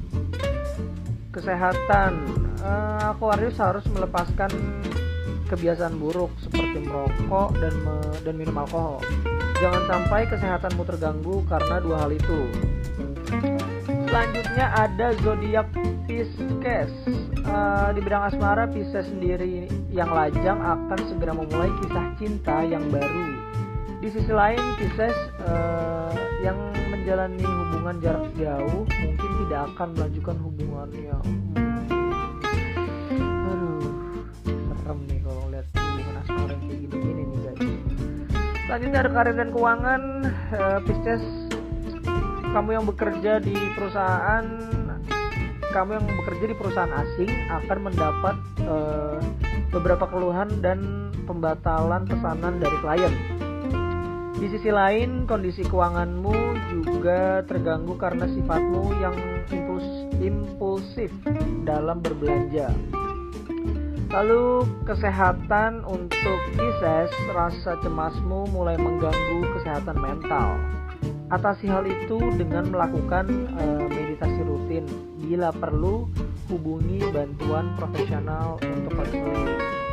Kesehatan, Aquarius harus melepaskan kebiasaan buruk seperti merokok dan minum alkohol. Jangan sampai kesehatanmu terganggu karena dua hal itu. Selanjutnya ada zodiak Pisces. Di bidang asmara, Pisces sendiri yang lajang akan segera memulai kisah cinta yang baru. Di sisi lain, Pisces yang menjalani hubungan jarak jauh mungkin tidak akan melanjutkan hubungannya. Serem nih kalau lihat hubungan asmara yang kayak gini-gini nih guys. Selanjutnya ada karir dan keuangan, Pisces. Kamu yang bekerja di perusahaan asing akan mendapat beberapa keluhan dan pembatalan pesanan dari klien. Di sisi lain, kondisi keuanganmu juga terganggu karena sifatmu yang impulsif dalam berbelanja. Lalu kesehatan untuk Pisces, rasa cemasmu mulai mengganggu kesehatan mental. Atasi hal itu dengan melakukan meditasi rutin. Bila perlu, hubungi bantuan profesional untuk konseling.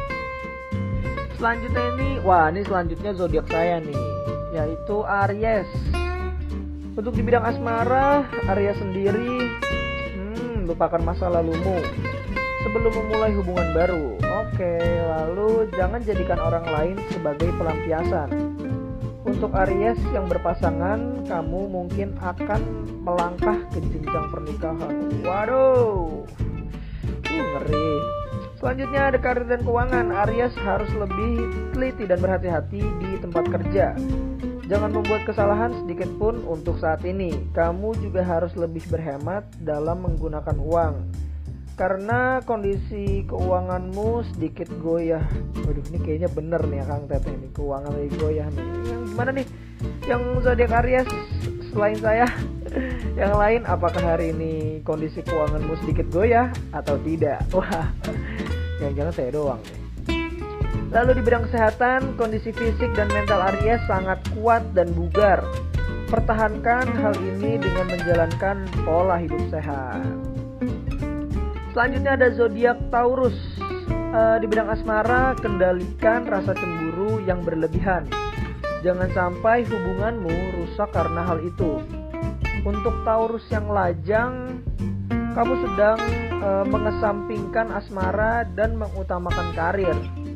Selanjutnya zodiak saya nih, yaitu Aries. Untuk di bidang asmara, Aries sendiri lupakan masa lalumu sebelum memulai hubungan baru. Lalu jangan jadikan orang lain sebagai pelampiasan. Untuk Aries yang berpasangan, kamu mungkin akan melangkah ke jenjang pernikahan. Waduh, ngeri. Selanjutnya ada karir dan keuangan. Aries harus lebih teliti dan berhati-hati di tempat kerja. Jangan membuat kesalahan sedikit pun untuk saat ini. Kamu juga harus lebih berhemat dalam menggunakan uang, karena kondisi keuanganmu sedikit goyah. Waduh, ini kayaknya bener nih Kang Teteh nih, keuangan lagi goyah nih. Yang gimana nih? Yang zodiak Aries selain saya? Yang lain, apakah hari ini kondisi keuanganmu sedikit goyah atau tidak? Wah, jangan-jangan saya doang nih. Lalu di bidang kesehatan, kondisi fisik dan mental Aries sangat kuat dan bugar. Pertahankan hal ini dengan menjalankan pola hidup sehat. Selanjutnya ada zodiak Taurus. Di bidang asmara, kendalikan rasa cemburu yang berlebihan. Jangan sampai hubunganmu rusak karena hal itu. Untuk Taurus yang lajang, kamu sedang mengesampingkan asmara dan mengutamakan karir.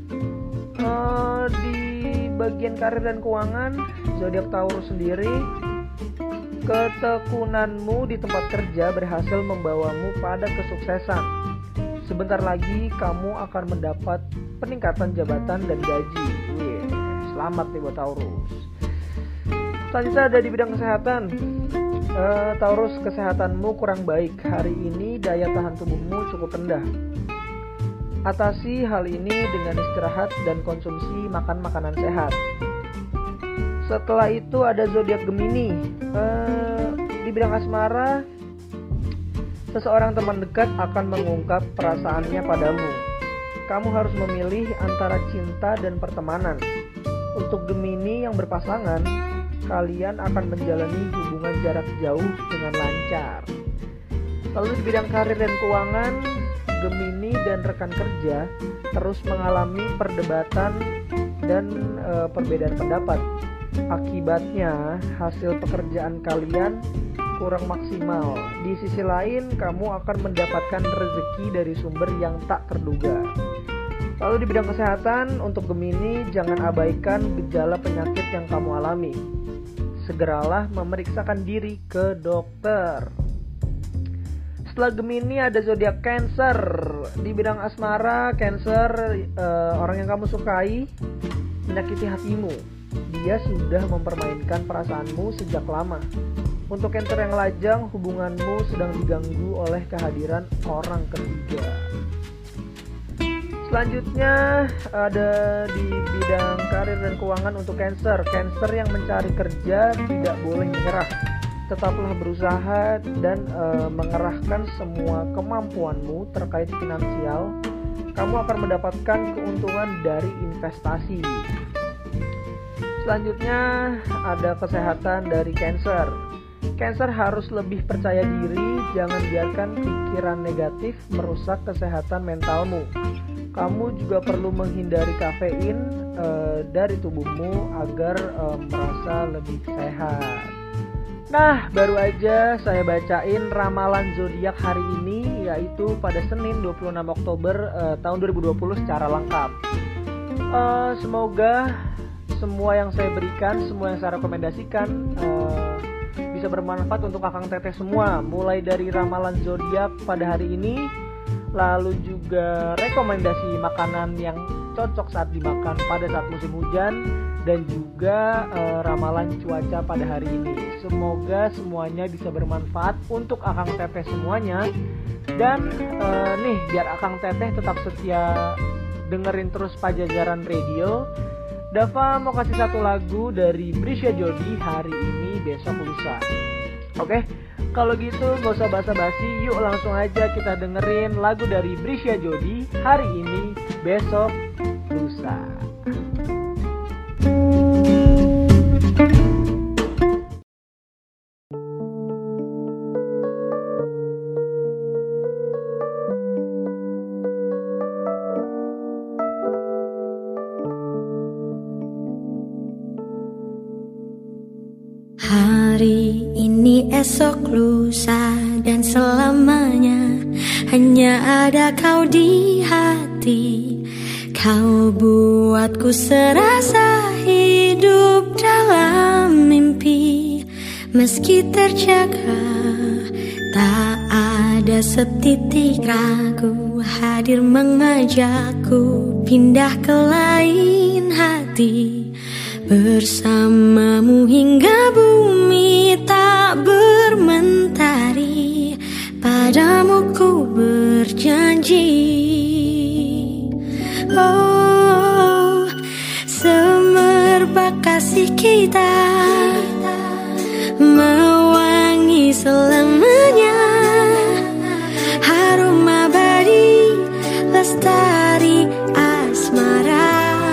Di bagian karir dan keuangan, zodiak Taurus sendiri, ketekunanmu di tempat kerja berhasil membawamu pada kesuksesan. Sebentar lagi kamu akan mendapat peningkatan jabatan dan gaji. Selamat nih buat Taurus. Selanjutnya ada di bidang kesehatan. Taurus, kesehatanmu kurang baik. Hari ini daya tahan tubuhmu cukup rendah. Atasi hal ini dengan istirahat dan konsumsi makan makanan sehat. Setelah itu ada zodiak Gemini. Di bidang asmara, seseorang teman dekat akan mengungkap perasaannya padamu. Kamu harus memilih antara cinta dan pertemanan. Untuk Gemini yang berpasangan, kalian akan menjalani hubungan jarak jauh dengan lancar. Lalu di bidang karir dan keuangan, Gemini dan rekan kerja terus mengalami perdebatan dan perbedaan pendapat. Akibatnya, hasil pekerjaan kalian kurang maksimal. Di sisi lain, kamu akan mendapatkan rezeki dari sumber yang tak terduga. Lalu di bidang kesehatan, untuk Gemini, jangan abaikan gejala penyakit yang kamu alami. Segeralah memeriksakan diri ke dokter. Setelah Gemini ada zodiak Cancer. Di bidang asmara, Cancer, orang yang kamu sukai menyakiti hatimu. Dia sudah mempermainkan perasaanmu sejak lama. Untuk Cancer yang lajang, hubunganmu sedang diganggu oleh kehadiran orang ketiga. Selanjutnya ada di bidang karir dan keuangan untuk Cancer. Cancer yang mencari kerja tidak boleh menyerah. Tetaplah berusaha dan mengerahkan semua kemampuanmu terkait finansial. Kamu akan mendapatkan keuntungan dari investasi. Selanjutnya ada kesehatan dari Cancer. Cancer harus lebih percaya diri, jangan biarkan pikiran negatif merusak kesehatan mentalmu. Kamu juga perlu menghindari kafein dari tubuhmu agar merasa lebih sehat. Nah, baru aja saya bacain ramalan zodiak hari ini, yaitu pada Senin 26 Oktober tahun 2020 secara lengkap. Semoga semua yang saya berikan, semua yang saya rekomendasikan bisa bermanfaat untuk Akang Teteh semua. Mulai dari ramalan zodiak pada hari ini, lalu juga rekomendasi makanan yang cocok saat dimakan pada saat musim hujan, dan juga ramalan cuaca pada hari ini. Semoga semuanya bisa bermanfaat untuk Akang Teteh semuanya. Dan nih, biar Akang Teteh tetap setia dengerin terus Pajajaran Radio, Dava mau kasih satu lagu dari Brisya Jody, Hari Ini Besok Lusa. Oke, kalau gitu gak usah basa-basi, yuk langsung aja kita dengerin lagu dari Brisya Jody, Hari Ini Besok Lusa. Hari ini, esok, lusa, dan selamanya hanya ada kau di hati. Kau buatku serasa hidup dalam mimpi. Meski terjaga, tak ada setitik ragu. hadir mengajakku pindah ke lain hati. Bersamamu hingga bumi tak bermentari, padamu ku berjanji. Oh, semerbak kasih kita mewangi selamanya, harum abadi lestari asmara.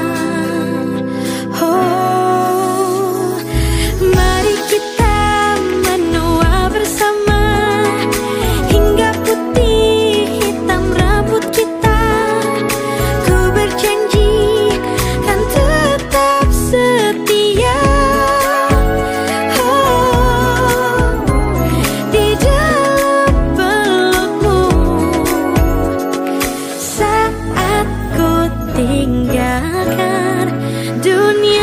Oh, mari kita menua bersama hingga putih hitam rambut kita. Ku berjanji kan tetap setia. Oh, di dalam pelukmu saat ku tinggalkan dunia.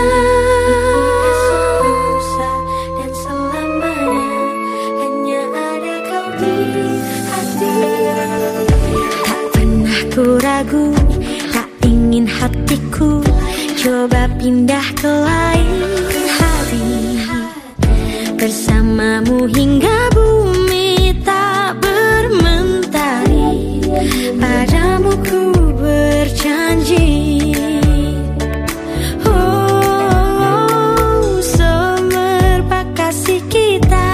Dan selamanya hanya ada kau di hati. Tak pernah ku ragu, tak ingin hatiku coba pindah ke lain hati. Bersamamu hingga bumi tak bermentari, padamu ku berjanji. Oh, semerbak kasih kita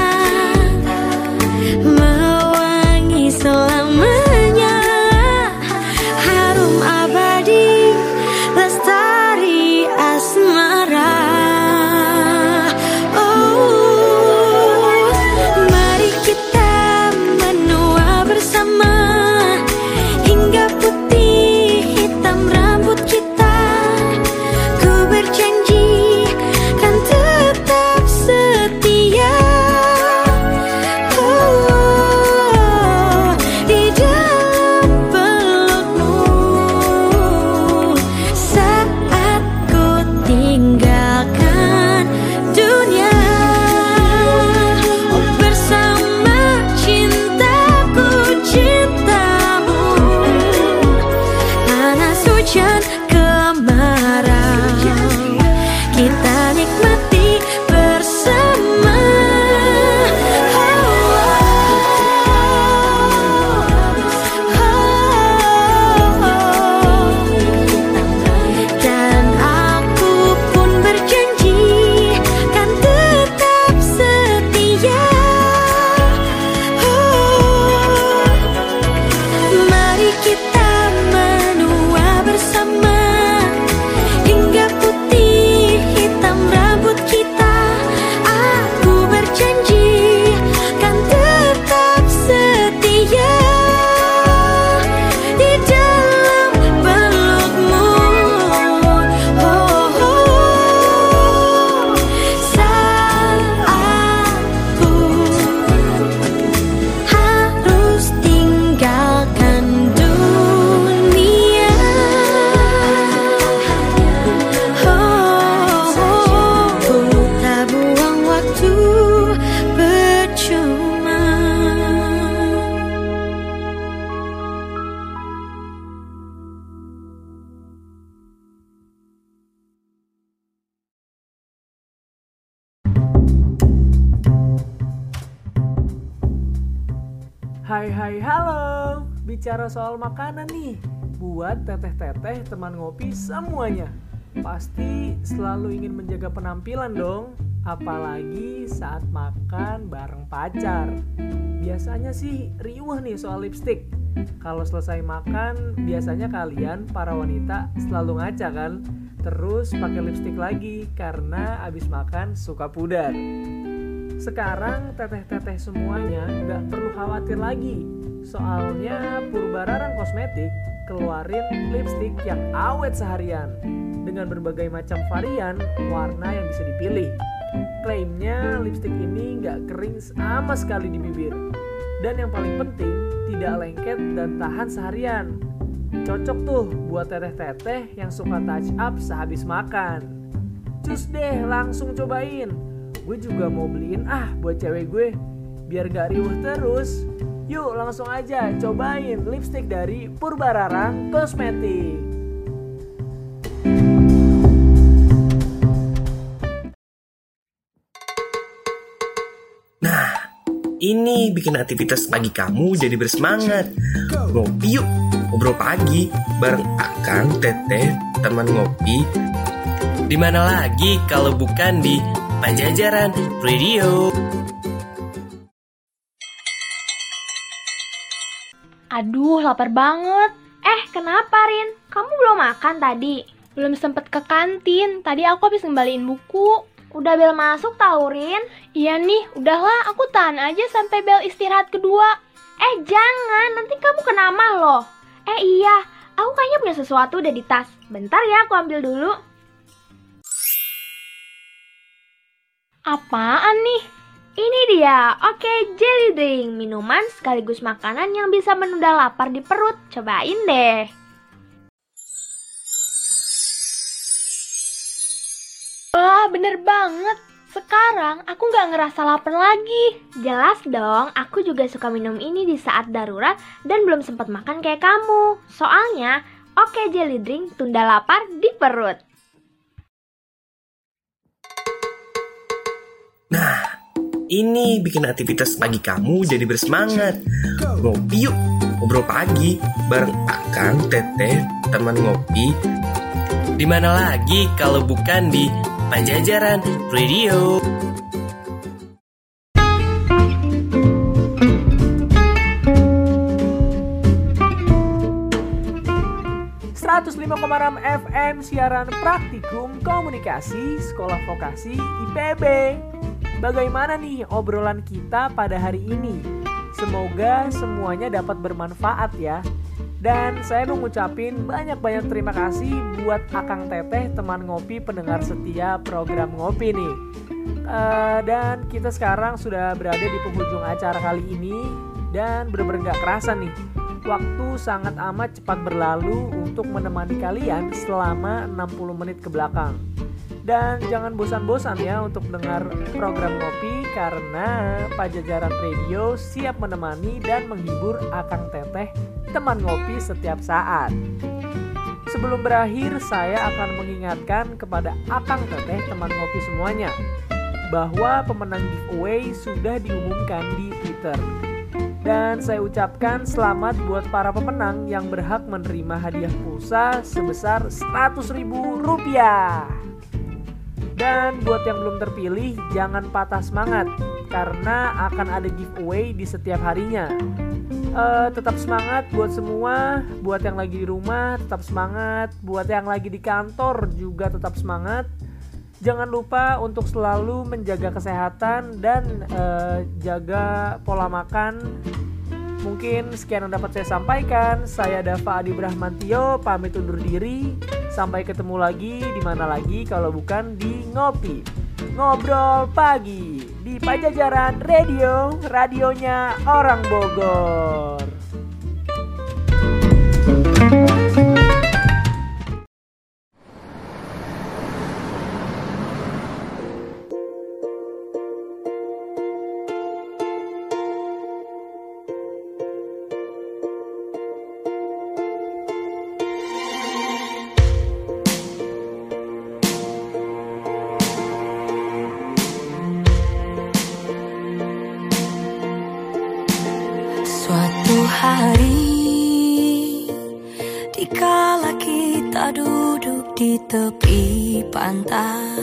mewangi selamanya, harum abadi lestari asmara. Oh, mari kita menua bersama hingga putih hitam rambut kita. Ku berjanji kan tetap setia. Oh, di dalam pelukmu saat ku tinggalkan dunia. Oh, bersama cintaku cintamu, panas hujan kemarau, kita nikmati bersama. Dan aku pun berjanji kan tetap setia. Mari kita menua bersama hingga putih hitam rambut kita. Aku berjanji kan tetap setia di dalam pelukmu. Oh, saat aku harus tinggalkan dunia. Oh, ku tak buang waktu percuma. Hai halo, bicara soal makanan nih. Buat teteh-teteh teman ngopi semuanya, pasti selalu ingin menjaga penampilan dong. Apalagi saat makan bareng pacar. Biasanya sih riuh nih soal lipstik. Kalau selesai makan, biasanya kalian para wanita selalu ngaca kan? Terus pakai lipstik lagi karena abis makan suka pudar. Sekarang teteh-teteh semuanya nggak perlu khawatir lagi. Soalnya Purbararang Kosmetik keluarin lipstik yang awet seharian dengan berbagai macam varian warna yang bisa dipilih. Klaimnya lipstik ini nggak kering sama sekali di bibir. Dan yang paling penting, tidak lengket dan tahan seharian. Cocok tuh buat teteh-teteh yang suka touch up sehabis makan. Cus deh, langsung cobain. Gue juga mau beliin buat cewek gue, biar gak riuh terus. Yuk langsung aja cobain lipstick dari Purbararang Kosmetik. Nah, ini bikin aktivitas pagi kamu jadi bersemangat. Ngopi yuk, ngobrol pagi bareng Akang, Teteh, teman ngopi. Di mana lagi kalau bukan di Pajajaran Radio. Aduh, lapar banget. Kenapa, Rin? Kamu belum makan tadi? Belum sempet ke kantin. Tadi aku habis ngembaliin buku. Udah bel masuk tau, Rin? Iya nih, udahlah. Aku tahan aja sampai bel istirahat kedua. Jangan. Nanti kamu kena mah loh. Iya. Aku kayaknya punya sesuatu udah di tas. Bentar ya, aku ambil dulu. Apaan nih? Ini dia, Oke Jelly Drink, minuman sekaligus makanan yang bisa menunda lapar di perut. Cobain deh. Wah, bener banget. Sekarang aku gak ngerasa lapar lagi. Jelas dong, aku juga suka minum ini di saat darurat dan belum sempat makan kayak kamu. Soalnya, Oke Jelly Drink tunda lapar di perut. Nah, ini bikin aktivitas pagi kamu jadi bersemangat. Ngopi yuk, ngobrol pagi bareng Akang, Teteh, teman ngopi. Di mana lagi kalau bukan di Pajajaran Radio. 105,6 FM siaran praktikum komunikasi Sekolah Vokasi IPB. Bagaimana nih obrolan kita pada hari ini? Semoga semuanya dapat bermanfaat ya. Dan saya mengucapin banyak-banyak terima kasih buat Akang Teteh, teman ngopi pendengar setia program ngopi nih. Dan kita sekarang sudah berada di penghujung acara kali ini. Dan bener-bener gak kerasa nih, waktu sangat amat cepat berlalu untuk menemani kalian selama 60 menit ke belakang. Dan jangan bosan-bosan ya untuk dengar program ngopi, karena Pajajaran Radio siap menemani dan menghibur Akang Teteh, teman ngopi setiap saat. Sebelum berakhir, saya akan mengingatkan kepada Akang Teteh, teman ngopi semuanya, bahwa pemenang giveaway sudah diumumkan di Twitter. Dan saya ucapkan selamat buat para pemenang yang berhak menerima hadiah pulsa sebesar Rp100.000. Dan buat yang belum terpilih, jangan patah semangat, karena akan ada giveaway di setiap harinya. Tetap semangat buat semua, buat yang lagi di rumah tetap semangat, buat yang lagi di kantor juga tetap semangat. Jangan lupa untuk selalu menjaga kesehatan dan jaga pola makan. Mungkin sekian yang dapat saya sampaikan. Saya Dava Adi Brahmantio, pamit undur diri. Sampai ketemu lagi di mana lagi kalau bukan di Ngopi Ngobrol Pagi di Pajajaran Radio, radionya orang Bogor. Suatu hari, dikala kita duduk di tepi pantai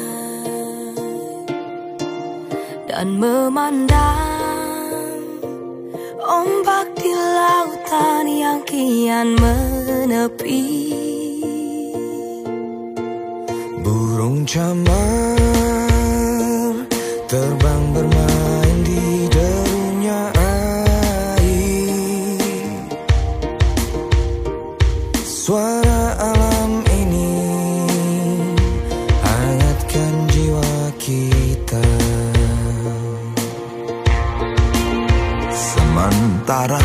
dan memandang ombak di lautan yang kian menepi, burung camar terbang bermain di derunya air. Suara alam ini hangatkan jiwa kita. Sementara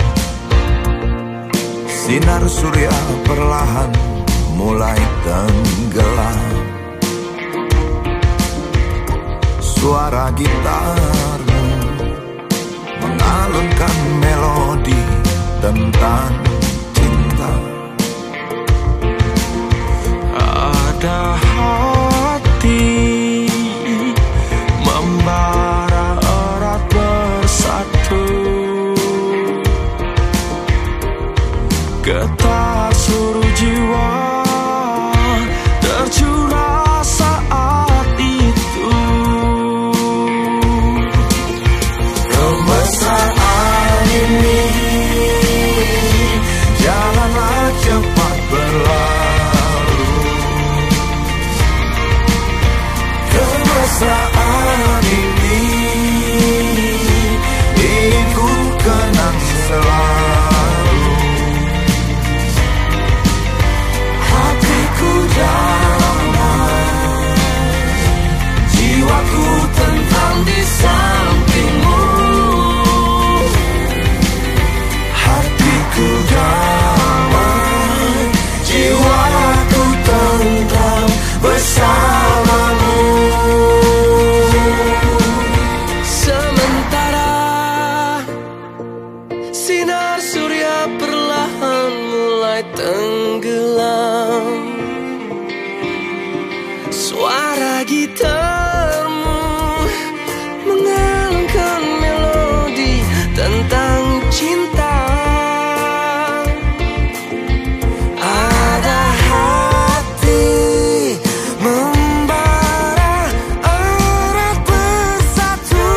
sinar surya perlahan mulai tenggelam, suara gitarmu mengalunkan melodi tentang cinta. Ada hati membara erat bersatu, getar seluruh jiwa tercurah saat itu. Kemesraan ini jalanlah cepat berlalu. Kemesraan ini ingin ku kenang selalu. Hatiku damai, jiwaku tentram di sampingmu. Hatiku damai, jiwaku tentram bersamamu. Sementara sinar surya perlahan mulai tenggelam, suara gitarmu mengalunkan melodi tentang cinta. Ada hati membara erat bersatu,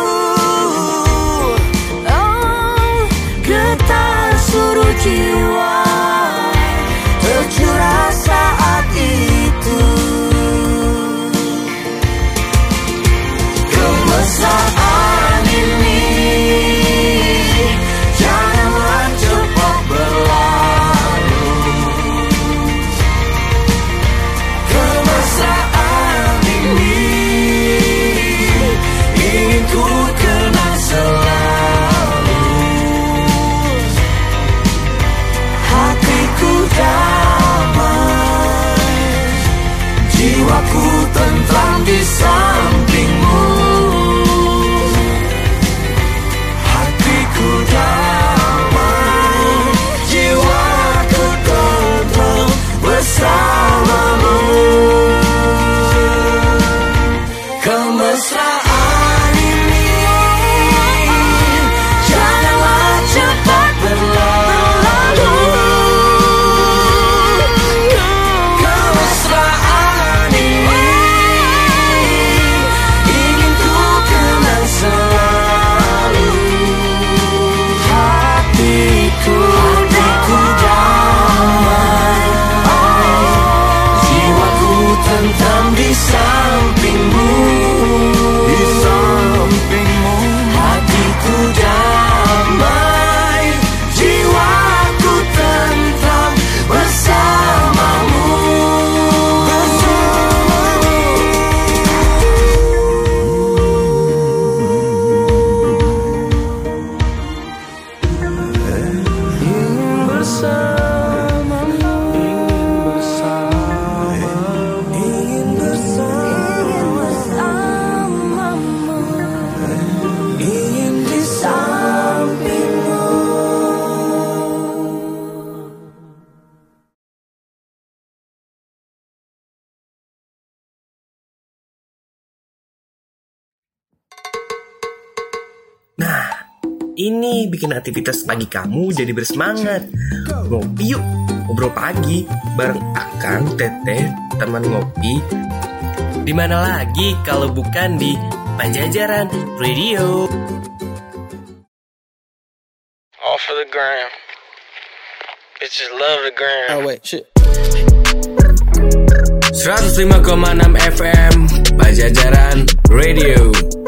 Getar seluruh jiwa tercurah saat itu. Kemesraan ini janganlah cepat berlalu. Kemesraan ini ingin ku kenang selalu. Hatiku damai, jiwaku tentram di sampingmu. Hatiku damai, jiwaku tentram bersamamu. Kemesraan ini janganlah cepat berlalu. Kemesraan ini ingin ku kenang selalu. Hatiku damai, jiwaku tentram di sampingmu. Hatiku damai, jiwaku tentram bersamamu. Ingin bersamamu, ingin bersamamu, ingin di sampingmu. Nah, ini bikin aktivitas pagi kamu jadi bersemangat. Ngopi yuk, ngobrol pagi bareng Akang, Teteh, teman ngopi. Di mana lagi kalau bukan di Pajajaran Radio. All for the gram. Bitches love the gram. Oh wait, shit. 105,6 FM Pajajaran Radio.